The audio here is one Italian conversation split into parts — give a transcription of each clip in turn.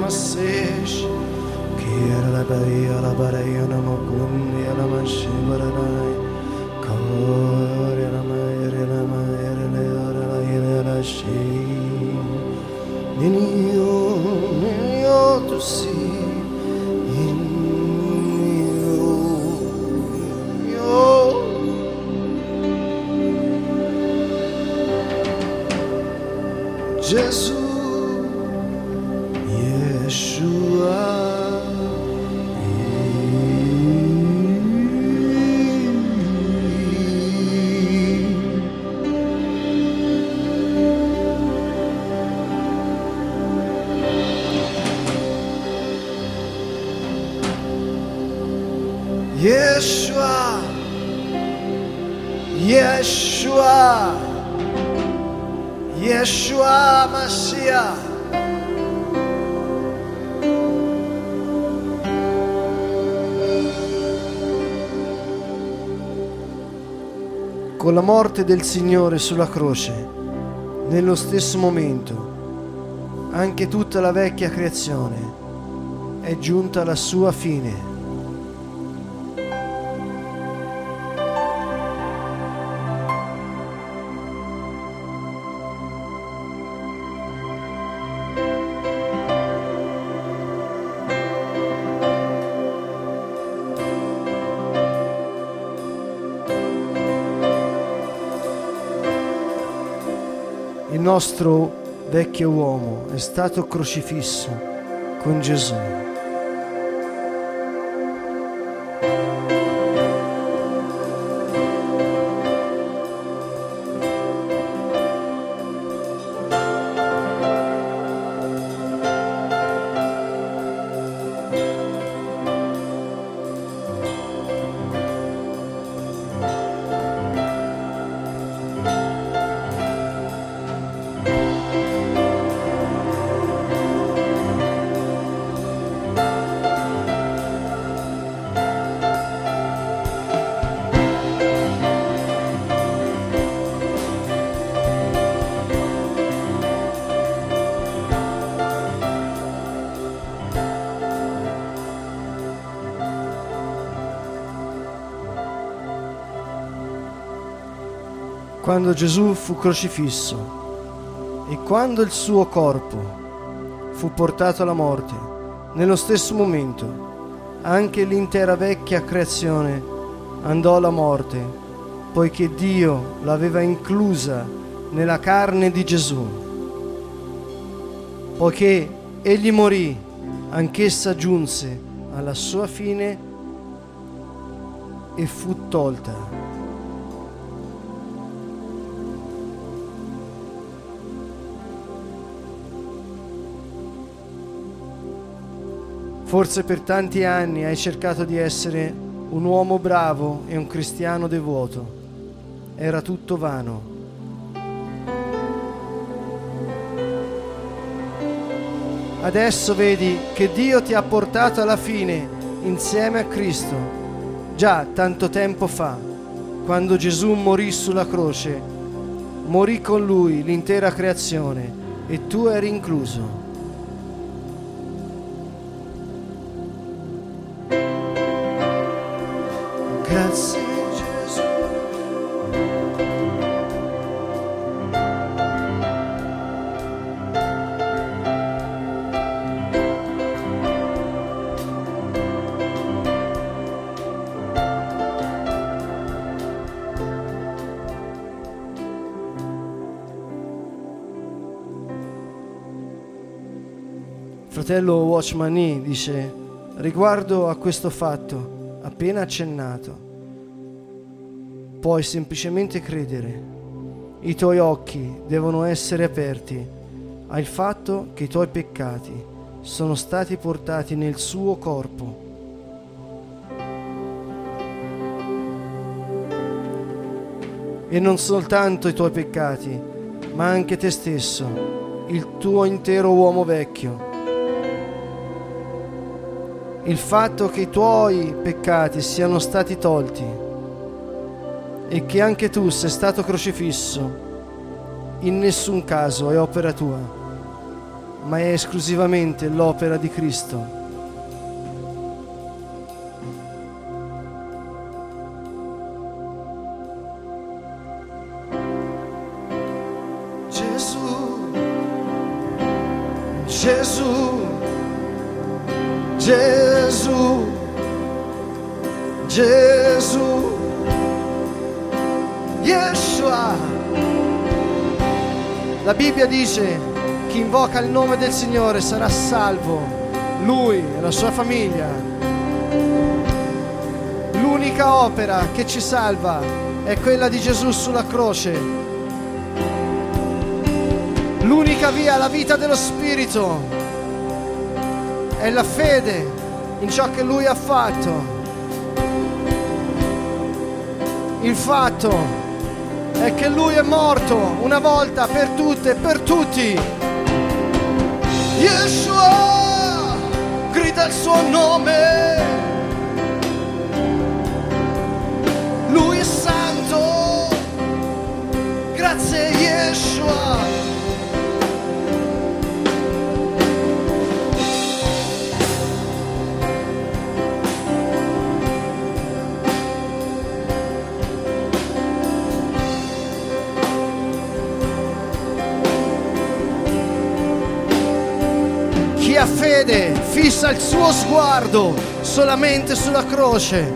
masesh Kira la baraya namakundi la mashivaranai Kore la mayre la shi Ninio tu si Gesù, Yeshua, Yeshua, Yeshua, Yeshua Mashiach. Con la morte del Signore sulla croce, nello stesso momento, anche tutta la vecchia creazione è giunta alla sua fine. Il nostro vecchio uomo è stato crocifisso con Gesù. Quando Gesù fu crocifisso e quando il suo corpo fu portato alla morte, nello stesso momento anche l'intera vecchia creazione andò alla morte, poiché Dio l'aveva inclusa nella carne di Gesù. Poiché egli morì, anch'essa giunse alla sua fine e fu tolta. Forse per tanti anni hai cercato di essere un uomo bravo e un cristiano devoto. Era tutto vano. Adesso vedi che Dio ti ha portato alla fine insieme a Cristo. Già tanto tempo fa, quando Gesù morì sulla croce, morì con Lui l'intera creazione e tu eri incluso. Grazie Gesù. Fratello Watchman Nee dice: riguardo a questo fatto appena accennato, puoi semplicemente credere. I tuoi occhi devono essere aperti al fatto che i tuoi peccati sono stati portati nel suo corpo. E non soltanto i tuoi peccati, ma anche te stesso, il tuo intero uomo vecchio. Il fatto che i tuoi peccati siano stati tolti e che anche tu sei stato crocifisso in nessun caso è opera tua, ma è esclusivamente l'opera di Cristo. Gesù, Gesù, Gesù, Gesù, Yeshua. La Bibbia dice: chi invoca il nome del Signore sarà salvo, lui e la sua famiglia. L'unica opera che ci salva è quella di Gesù sulla croce. L'unica via alla vita dello Spirito è la fede in ciò che Lui ha fatto. Il fatto è che Lui è morto una volta per tutte e per tutti. Yeshua, grida il suo nome. Lui è santo. Grazie Yeshua. Chi ha fede fissa il suo sguardo solamente sulla croce.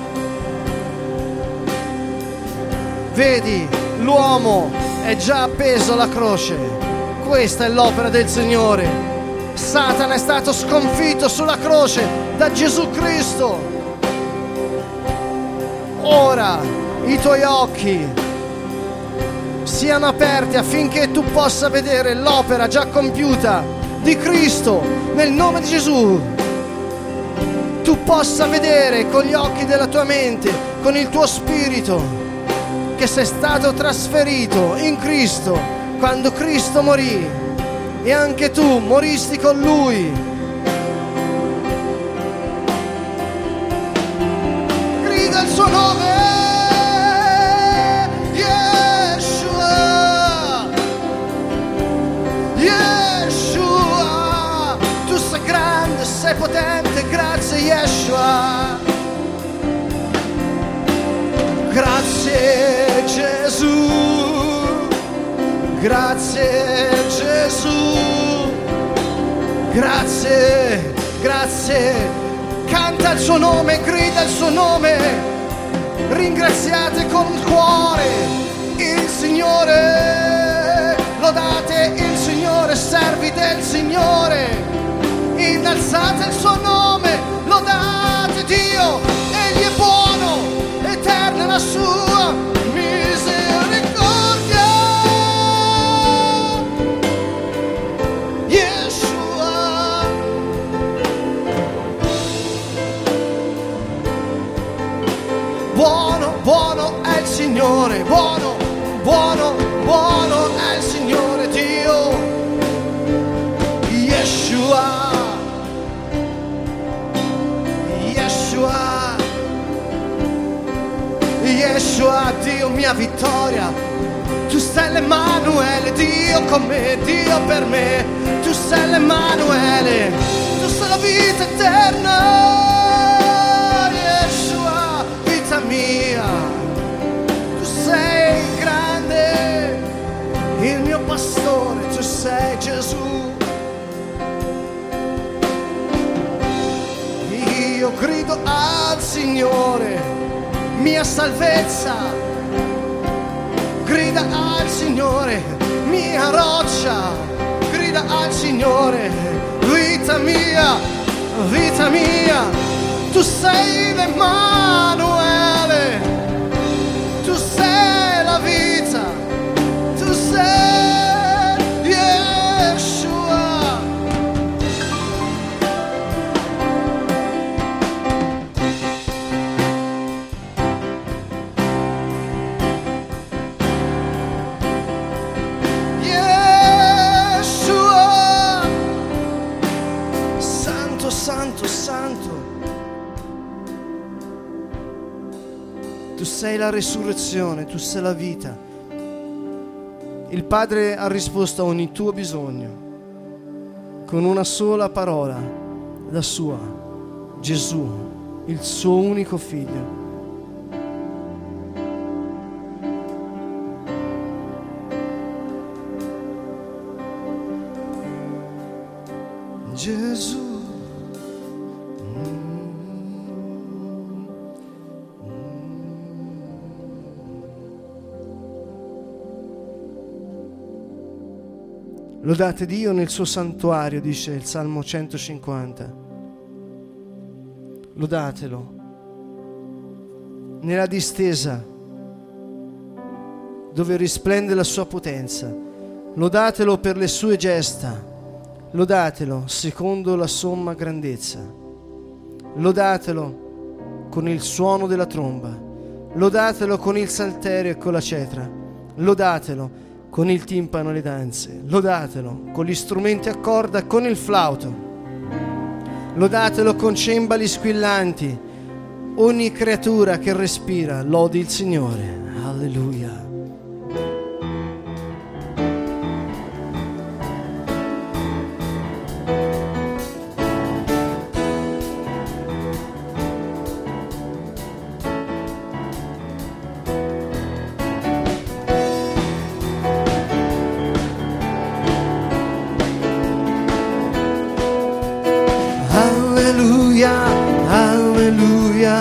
Vedi, l'uomo è già appeso alla croce. Questa è l'opera del Signore. Satana è stato sconfitto sulla croce da Gesù Cristo. Ora i tuoi occhi siano aperti affinché tu possa vedere l'opera già compiuta di Cristo nel nome di Gesù. Tu possa vedere con gli occhi della tua mente, con il tuo spirito, che sei stato trasferito in Cristo quando Cristo morì e anche tu moristi con Lui. Grida il suo nome. Sei potente, grazie Yeshua. Grazie Gesù. Grazie Gesù. Grazie, grazie. Canta il suo nome, grida il suo nome. Ringraziate con il cuore il Signore. Lodate il Signore, servi del Signore. Innalzate il suo nome, lodate Dio, Egli è buono, eterna la sua misericordia. Yeshua. Buono, buono è il Signore, buono, buono, buono è il Signore Dio. Yeshua. Yeshua, Dio mia vittoria. Tu sei l'Emanuele, Dio con me, Dio per me. Tu sei l'Emanuele, tu sei la vita eterna. Yeshua, vita mia. Tu sei grande, il mio pastore, tu sei Gesù. Io grido al Signore, mia salvezza. Grida al Signore, mia roccia. Grida al Signore, vita mia, vita mia. Tu sei l'Emanuele, tu sei la vita, tu sei Yeshua. Santo, santo. Tu sei la resurrezione, tu sei la vita. Il Padre ha risposto a ogni tuo bisogno. con una sola parola, la sua, Gesù, il suo unico figlio. Gesù. Lodate Dio nel suo santuario, dice il Salmo 150. Lodatelo nella distesa dove risplende la sua potenza. Lodatelo per le sue gesta. Lodatelo secondo la somma grandezza. Lodatelo con il suono della tromba. Lodatelo con il salterio e con la cetra. Lodatelo con il timpano e le danze. Lodatelo con gli strumenti a corda e con il flauto. Lodatelo con cembali squillanti. Ogni creatura che respira lodi il Signore. Alleluia. Alleluia,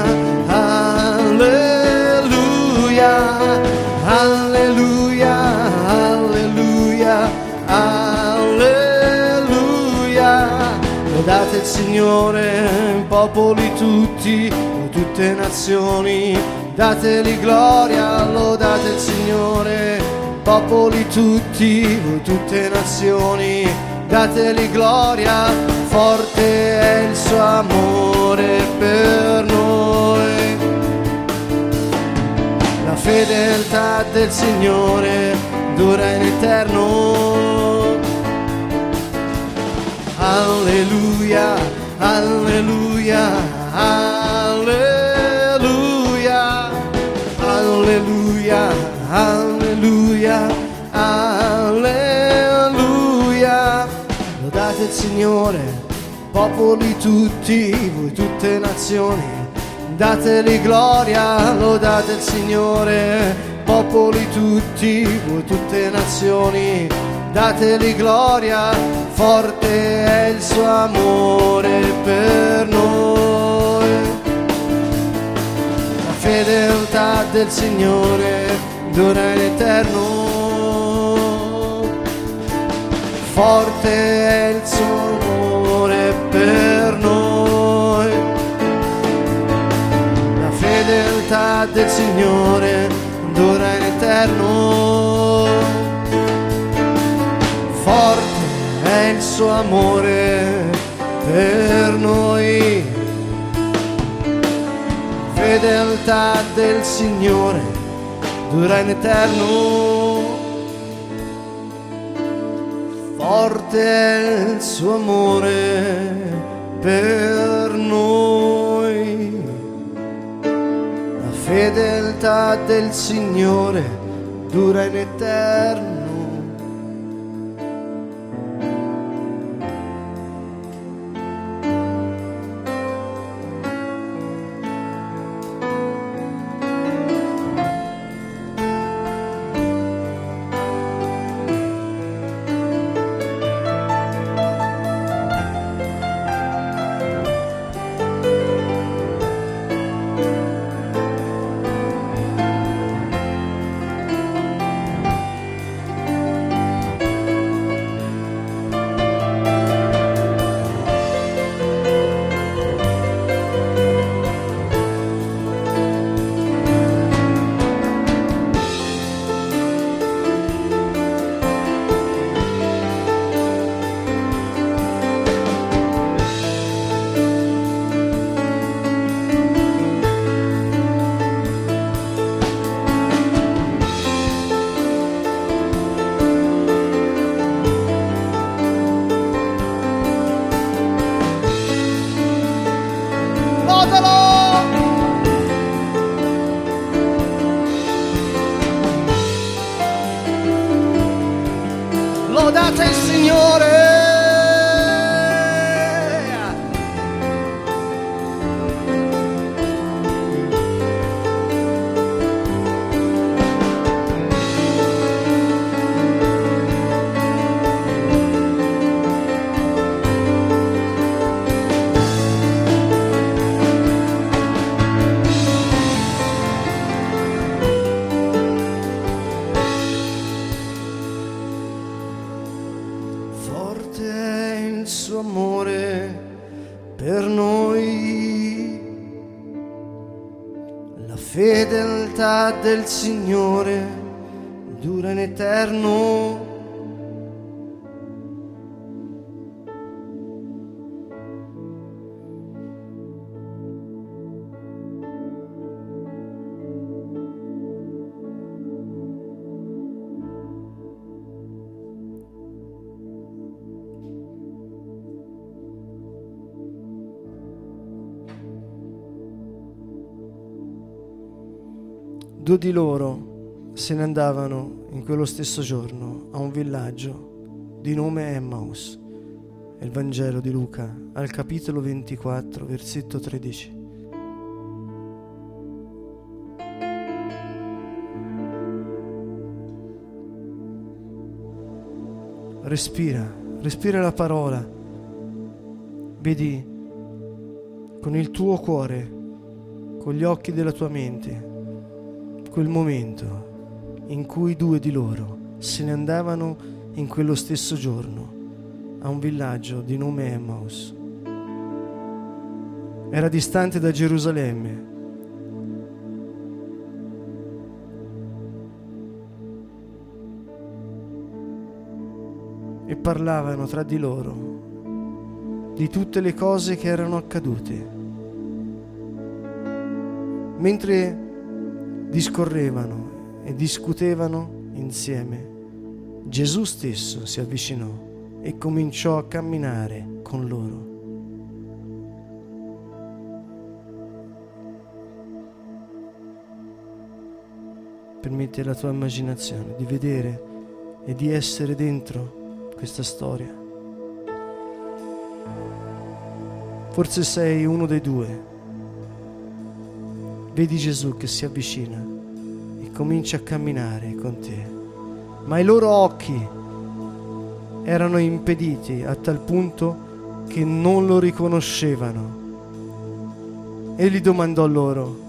alleluia, alleluia, alleluia, alleluia. Lodate il Signore, popoli tutti, tutte nazioni, dategli gloria. Lodate il Signore, popoli tutti, tutte nazioni, dategli gloria. Forte è il suo amore per noi. La fedeltà del Signore dura in eterno. Alleluia, alleluia, alleluia, alleluia, alleluia, alleluia. Lodate il Signore, popoli tutti, voi tutte nazioni, dategli gloria. Lodate il Signore, popoli tutti, voi tutte nazioni, dategli gloria. Forte è il suo amore per noi. La fedeltà del Signore dura in eterno. Forte è il suo amore per noi. La fedeltà del Signore dura in eterno. Forte è il suo amore per noi. Fedeltà del Signore dura in eterno. Forte è il suo amore per noi. La fedeltà del Signore dura in eterno. Lodate il Signore. fedeltà del Signore dura in eterno. Due di loro se ne andavano in quello stesso giorno a un villaggio di nome Emmaus. È il Vangelo di Luca, al capitolo 24, versetto 13. Respira la parola. Vedi con il tuo cuore, con gli occhi della tua mente, quel momento in cui due di loro se ne andavano in quello stesso giorno a un villaggio di nome Emmaus. Era distante da Gerusalemme. E parlavano tra di loro di tutte le cose che erano accadute. Mentre discorrevano e discutevano insieme, Gesù stesso si avvicinò e cominciò a camminare con loro. Permette alla tua immaginazione di vedere e di essere dentro questa storia. Forse sei uno dei due. Vedi Gesù che si avvicina e comincia a camminare con te, ma i loro occhi erano impediti a tal punto che non lo riconoscevano. Egli domandò loro: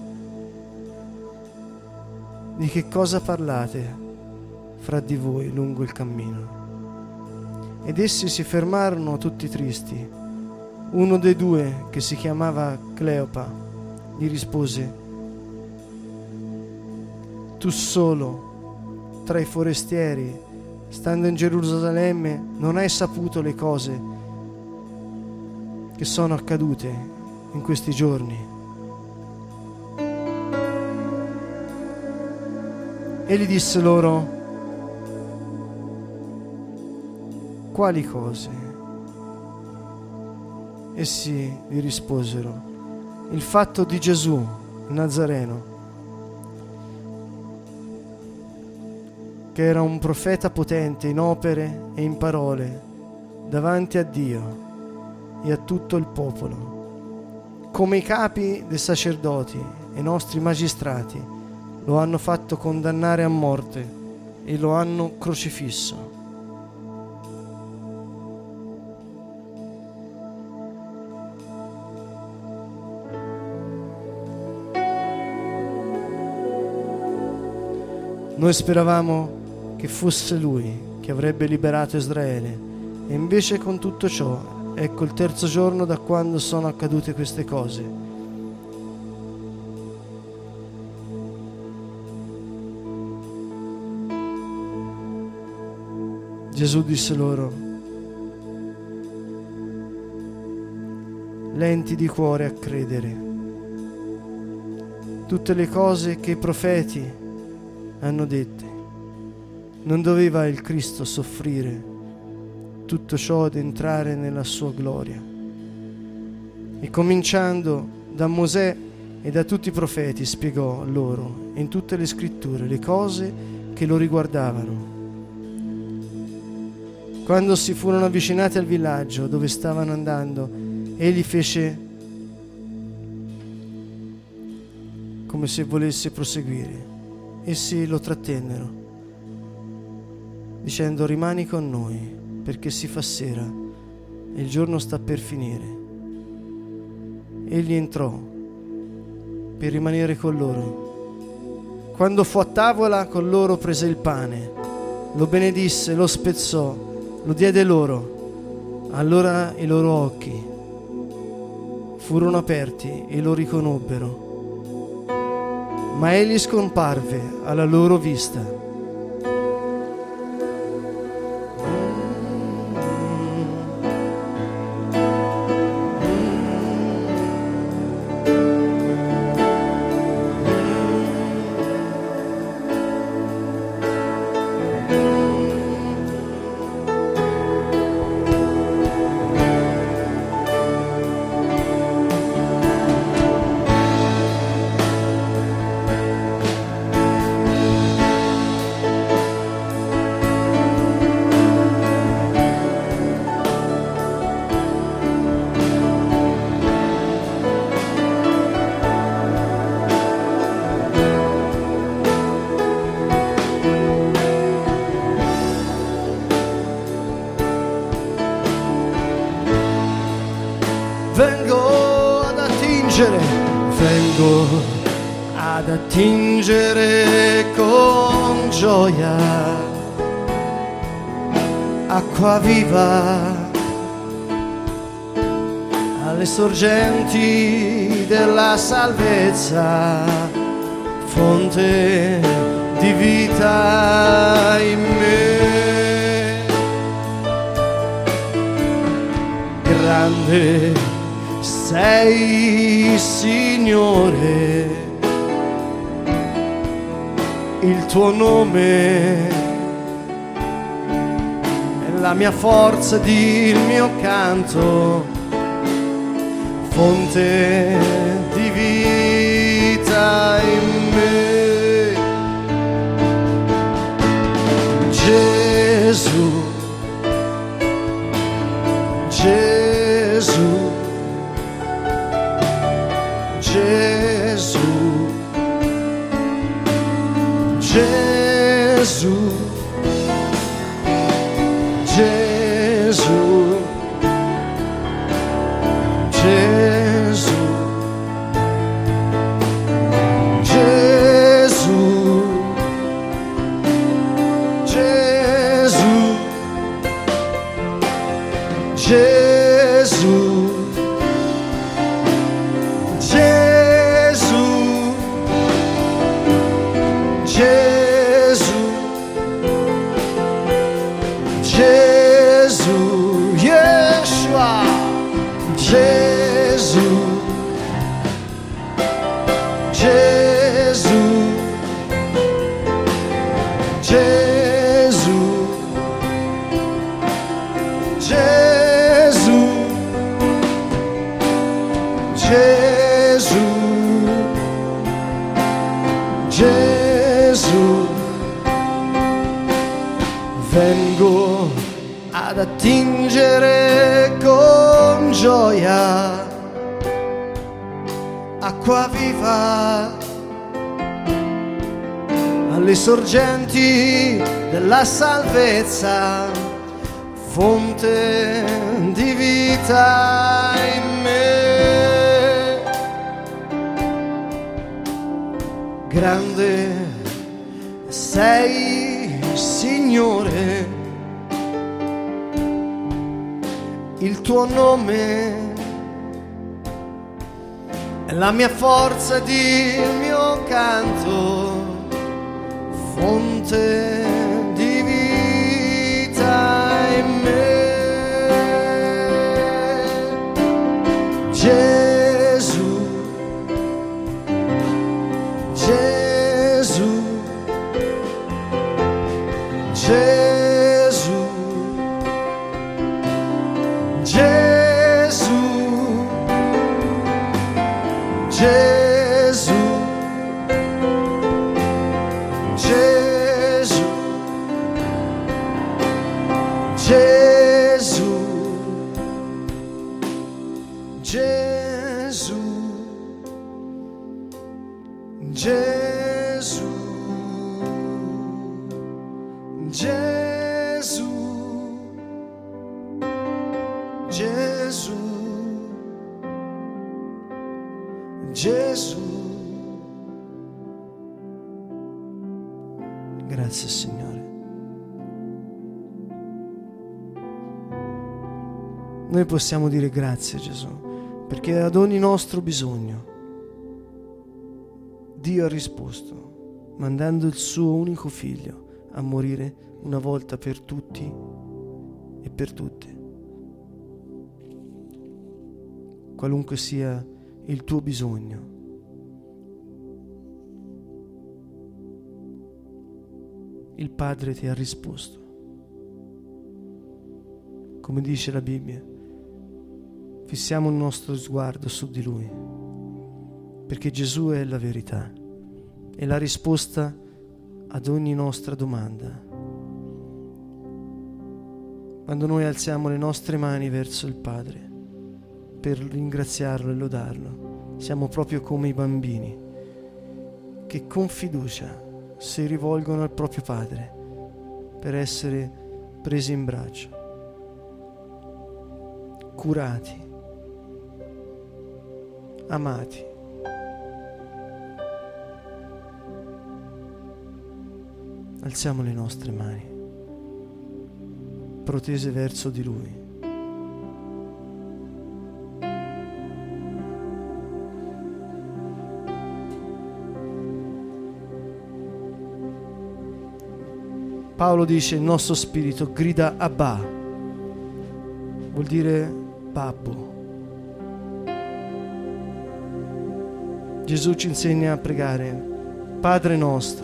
di che cosa parlate fra di voi lungo il cammino? Ed essi si fermarono tutti tristi. Uno dei due, che si chiamava Cleopa, gli rispose: tu solo, tra i forestieri, stando in Gerusalemme, non hai saputo le cose che sono accadute in questi giorni. Egli disse loro: quali cose? Essi gli risposero: il fatto di Gesù, il Nazareno, che era un profeta potente in opere e in parole davanti a Dio e a tutto il popolo. Come i capi dei sacerdoti e i nostri magistrati lo hanno fatto condannare a morte e lo hanno crocifisso. Noi speravamo che fosse Lui che avrebbe liberato Israele, e invece con tutto ciò, ecco il terzo giorno da quando sono accadute queste cose. Gesù disse loro: lenti di cuore a credere. Tutte le cose che i profeti hanno dette. Non doveva il Cristo soffrire tutto ciò ed entrare nella sua gloria? E cominciando da Mosè e da tutti i profeti spiegò loro in tutte le scritture le cose che lo riguardavano. Quando si furono avvicinati al villaggio dove stavano andando, egli fece come se volesse proseguire. Essi lo trattennero, dicendo: rimani con noi, perché si fa sera e il giorno sta per finire. Egli entrò per rimanere con loro. Quando fu a tavola con loro, prese il pane, lo benedisse, lo spezzò, lo diede loro. Allora i loro occhi furono aperti e lo riconobbero, ma egli scomparve alla loro vista. Vengo ad attingere con gioia acqua viva alle sorgenti della salvezza, fonte di vita in me. Grande sei, Signore, il tuo nome è la mia forza ed il mio canto, fonte di vita in me. Gesù, Gesù, Gesù, Gesù, Gesù, Gesù, Gesù, Gesù, Gesù. Vengo ad attingere con gioia acqua viva alle sorgenti della salvezza, fonte di vita in me. Grande sei, Signore, il tuo nome è la mia forza ed il mio canto, fonte di vita in me. Gesù, Gesù, Gesù, Gesù, Gesù, Gesù, Gesù, Gesù, Gesù, Gesù, Gesù, Gesù. Grazie Signore. Noi possiamo dire grazie Gesù, perché ad ogni nostro bisogno Dio ha risposto, mandando il suo unico figlio a morire una volta per tutti e per tutte. Qualunque sia il tuo bisogno, il Padre ti ha risposto. Come dice la Bibbia, fissiamo il nostro sguardo su di Lui, perché Gesù è la verità, è la risposta ad ogni nostra domanda. Quando noi alziamo le nostre mani verso il Padre per ringraziarlo e lodarlo, siamo proprio come i bambini che con fiducia si rivolgono al proprio Padre per essere presi in braccio, curati, amati. Alziamo le nostre mani, protese verso di Lui. Paolo dice: il nostro spirito grida Abba, vuol dire babbo. Gesù ci insegna a pregare: Padre nostro.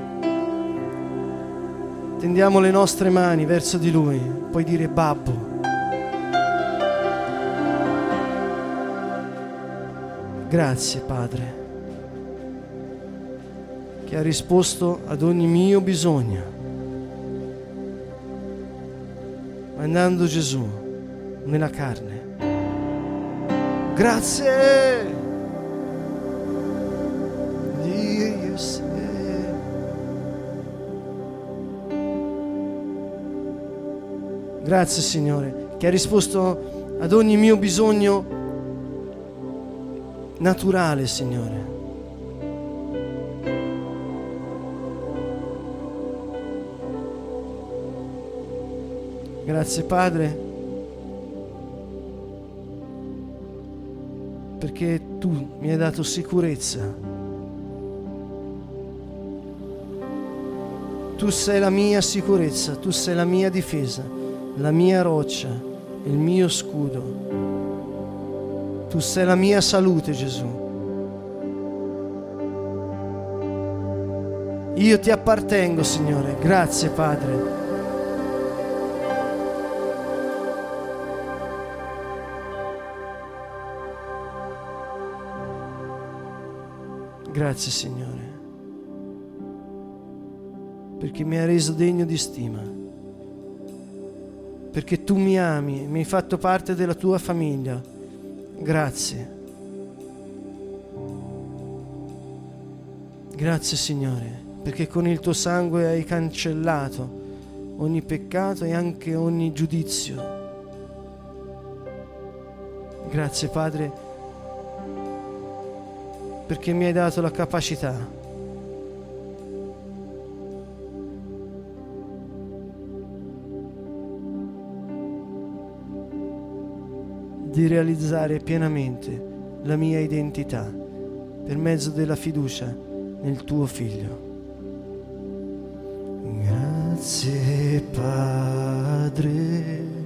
Tendiamo le nostre mani verso di Lui, puoi dire babbo. Grazie Padre, che ha risposto ad ogni mio bisogno, mandando Gesù nella carne. Grazie. Dio sei. Grazie Signore, che ha risposto ad ogni mio bisogno naturale, Signore. Grazie Padre, perché Tu mi hai dato sicurezza. Tu sei la mia sicurezza, Tu sei la mia difesa, la mia roccia, il mio scudo. Tu sei la mia salute, Gesù. Io Ti appartengo, Signore. Grazie Padre. Grazie Signore, perché mi hai reso degno di stima, perché Tu mi ami e mi hai fatto parte della Tua famiglia. Grazie. Grazie Signore, perché con il Tuo sangue hai cancellato ogni peccato e anche ogni giudizio. Grazie Padre, perché mi hai dato la capacità di realizzare pienamente la mia identità per mezzo della fiducia nel Tuo Figlio. Grazie Padre.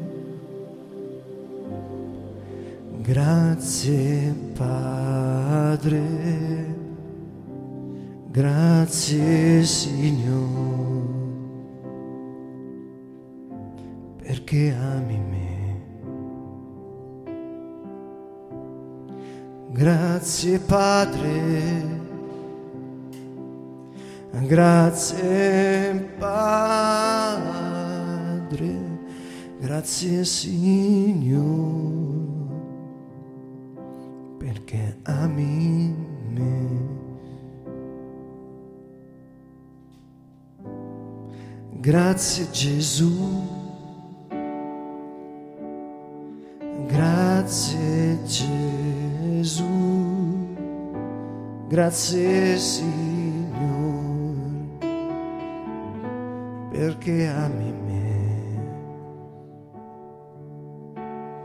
Grazie Padre, grazie Signore, perché ami me. Grazie Padre, grazie Padre, grazie Signore, perché ami me. Grazie Gesù, grazie Gesù, grazie Signore, perché ami me.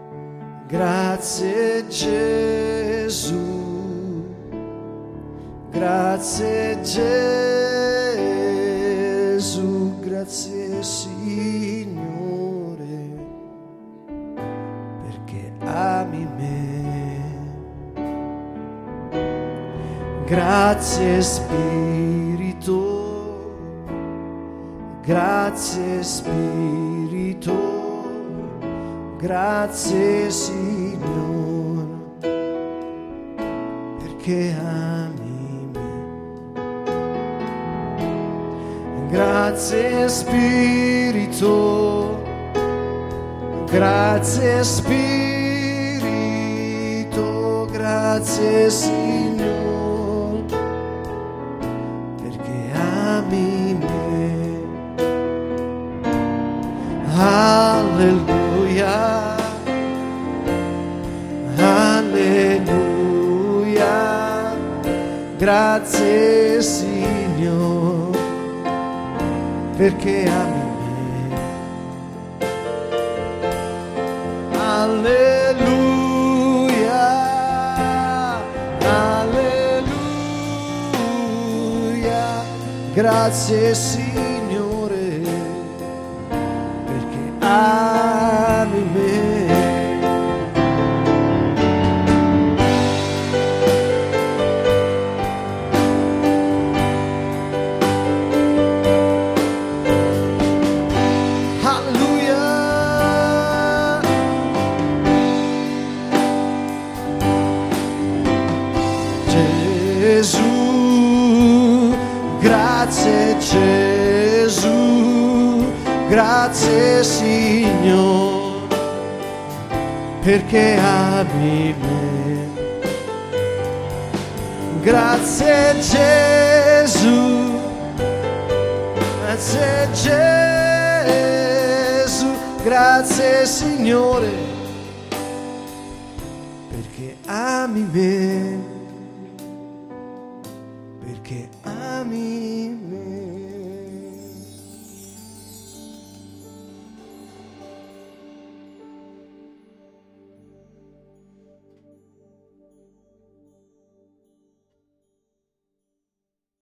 Grazie Gesù, Grazie Gesù, grazie Signore, perché ami me. Grazie Spirito, grazie Spirito, grazie Signore, perché ami me. Grazie Spirito, grazie Spirito, grazie Signore, perché ami me. Alleluia, alleluia, grazie Signore, perché ami me. Alleluia, alleluia, grazie Signore, perché ami me. Gesù, grazie Gesù, grazie Signore, perché ami me. Grazie Gesù, grazie Gesù, grazie Signore, perché ami me. Perché ami